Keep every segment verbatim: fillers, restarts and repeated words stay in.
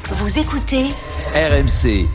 Vous écoutez R M C.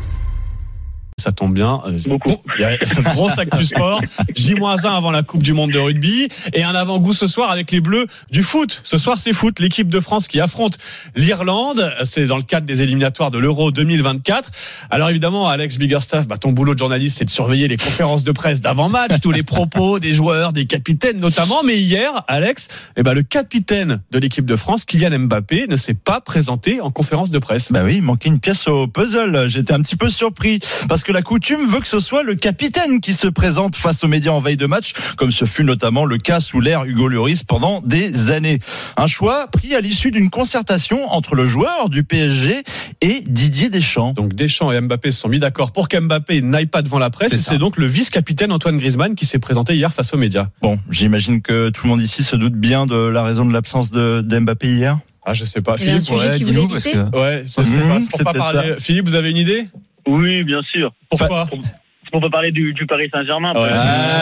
Ça tombe bien. Beaucoup. Il y a un gros sac du sport. J un avant la Coupe du Monde de rugby. Et un avant-goût ce soir avec les Bleus du foot. Ce soir, c'est foot. L'équipe de France qui affronte l'Irlande. C'est dans le cadre des éliminatoires de l'Euro deux mille vingt-quatre. Alors évidemment, Alex Biggerstaff, bah, ton boulot de journaliste, c'est de surveiller les conférences de presse d'avant-match, tous les propos des joueurs, des capitaines notamment. Mais hier, Alex, eh ben, le capitaine de l'équipe de France, Kylian Mbappé, ne s'est pas présenté en conférence de presse. Bah oui, il manquait une pièce au puzzle. J'étais un petit peu surpris parce que la coutume veut que ce soit le capitaine qui se présente face aux médias en veille de match, comme ce fut notamment le cas sous l'ère Hugo Lloris pendant des années. Un choix pris à l'issue d'une concertation entre le joueur du P S G et Didier Deschamps. Donc Deschamps et Mbappé se sont mis d'accord pour qu'Mbappé n'aille pas devant la presse. C'est, et c'est donc le vice-capitaine Antoine Griezmann qui s'est présenté hier face aux médias. Bon, j'imagine que tout le monde ici se doute bien de la raison de l'absence de, d'Mbappé hier. Ah, je sais pas. Il y a un sujet ouais, qui voulait éviter. Que... Ouais, je sais mmh, pas. C'est pour pas parler. Ça. Philippe, vous avez une idée? Oui, bien sûr. Pourquoi? Pour, on peut parler du, du Paris Saint-Germain. Ouais.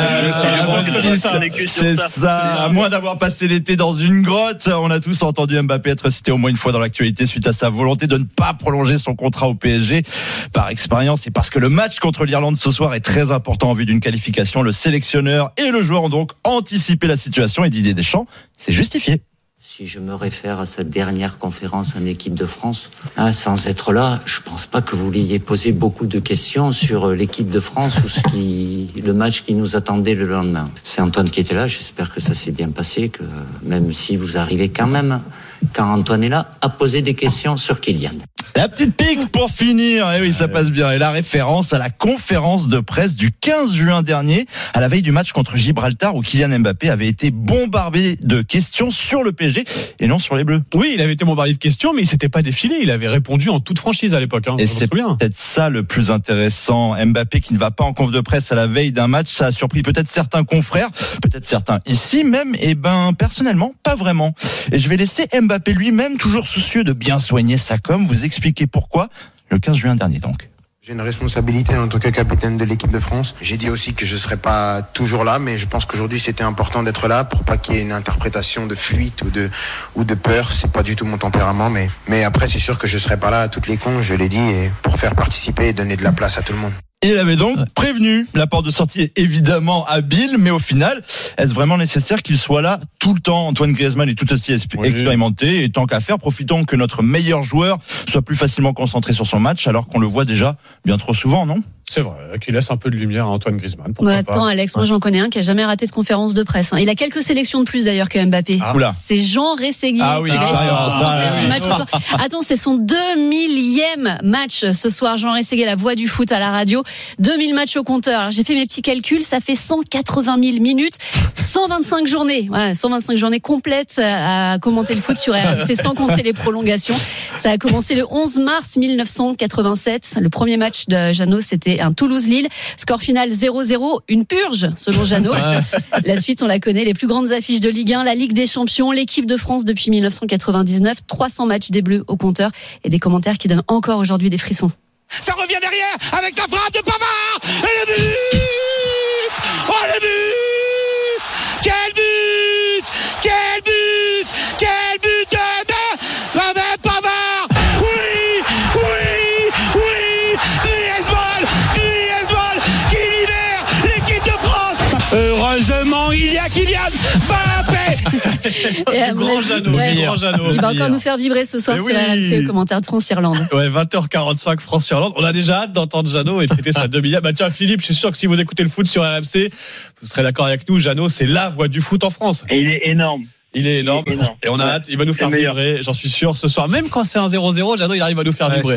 Ah, c'est, c'est, ça. c'est ça. ça. À moins d'avoir passé l'été dans une grotte, on a tous entendu Mbappé être cité au moins une fois dans l'actualité suite à sa volonté de ne pas prolonger son contrat au P S G. Par expérience et parce que le match contre l'Irlande ce soir est très important en vue d'une qualification, le sélectionneur et le joueur ont donc anticipé la situation et Didier Deschamps s'est justifié. Si je me réfère à sa dernière conférence en équipe de France, hein, sans être là, je pense pas que vous l'ayez posé beaucoup de questions sur l'équipe de France ou ce qui, le match qui nous attendait le lendemain. C'est Antoine qui était là, j'espère que ça s'est bien passé, que même si vous arrivez quand même, quand Antoine est là, à poser des questions sur Kylian. La petite pique pour finir, et oui, ça passe bien. Et la référence à la conférence de presse du quinze juin dernier, à la veille du match contre Gibraltar, où Kylian Mbappé avait été bombardé de questions sur le P S G et non sur les Bleus. Oui, il avait été bombardé de questions, mais il s'était pas défilé. Il avait répondu en toute franchise à l'époque. Hein, et c'est peut-être ça le plus intéressant. Mbappé qui ne va pas en conf de presse à la veille d'un match, ça a surpris peut-être certains confrères, peut-être certains ici même. Et ben personnellement, pas vraiment. Et je vais laisser Mbappé lui-même, toujours soucieux de bien soigner sa com, vous expliquer pourquoi le quinze juin dernier donc. J'ai une responsabilité en tant que capitaine de l'équipe de France. J'ai dit aussi que je serais pas toujours là, mais je pense qu'aujourd'hui c'était important d'être là pour pas qu'il y ait une interprétation de fuite ou de ou de peur. C'est pas du tout mon tempérament, mais mais après c'est sûr que je serai pas là à toutes les cons, je l'ai dit, et pour faire participer et donner de la place à tout le monde. Il avait donc prévenu. La porte de sortie est évidemment habile, mais au final, est-ce vraiment nécessaire qu'il soit là tout le temps? Antoine Griezmann est tout aussi expérimenté, et tant qu'à faire, profitons que notre meilleur joueur soit plus facilement concentré sur son match, alors qu'on le voit déjà bien trop souvent, non? C'est vrai, qu'il laisse un peu de lumière à Antoine Griezmann. Bah, attends, pas. Alex, ouais. Moi j'en connais un qui a jamais raté de conférence de presse. Hein. Il a quelques sélections de plus d'ailleurs que Mbappé. Ah. C'est Jean Rességuier. Ah oui, qui ah, ah, ah, du match ce soir. Attends, c'est son deux millième match ce soir. Jean Rességuier, la voix du foot à la radio. deux mille matchs au compteur. Alors, j'ai fait mes petits calculs, ça fait cent quatre-vingt mille minutes, cent vingt-cinq journées. Ouais, cent vingt-cinq journées complètes à commenter le foot sur R M C sans compter les prolongations. Ça a commencé le onze mars mille neuf cent quatre-vingt-sept. Le premier match de Jeannot, c'était un Toulouse-Lille. Score final zéro zéro, une purge selon Jeannot. La suite, on la connaît, les plus grandes affiches de Ligue un, la Ligue des Champions, l'équipe de France depuis mille neuf cent quatre-vingt-dix-neuf, trois cents matchs des Bleus au compteur et des commentaires qui donnent encore aujourd'hui des frissons. Ça revient derrière avec la frappe de Pavard et le but. Oh le but. Quel but. Quel but. Quel but de de Pavard. Oui, oui, oui. Griezmann, Griezmann qui libère l'équipe de France. Heureusement, il y a Kylian Mbappé. Et grand Jeannot, ouais, grand Jeannot. Il va encore nous faire vibrer ce soir mais sur oui. R M C au commentaire de France-Irlande. Ouais, vingt heures quarante-cinq France-Irlande. On a déjà hâte d'entendre Jeannot et de fêter sa deux milliards. Bah tiens, Philippe, je suis sûr que si vous écoutez le foot sur R M C, vous serez d'accord avec nous. Jeannot, c'est la voix du foot en France. Et il est énorme. Il est énorme. Il est énorme. Et on a hâte. Il va nous faire vibrer, j'en suis sûr, ce soir. Même quand c'est un zéro zéro, Jeannot, il arrive à nous faire ouais, vibrer.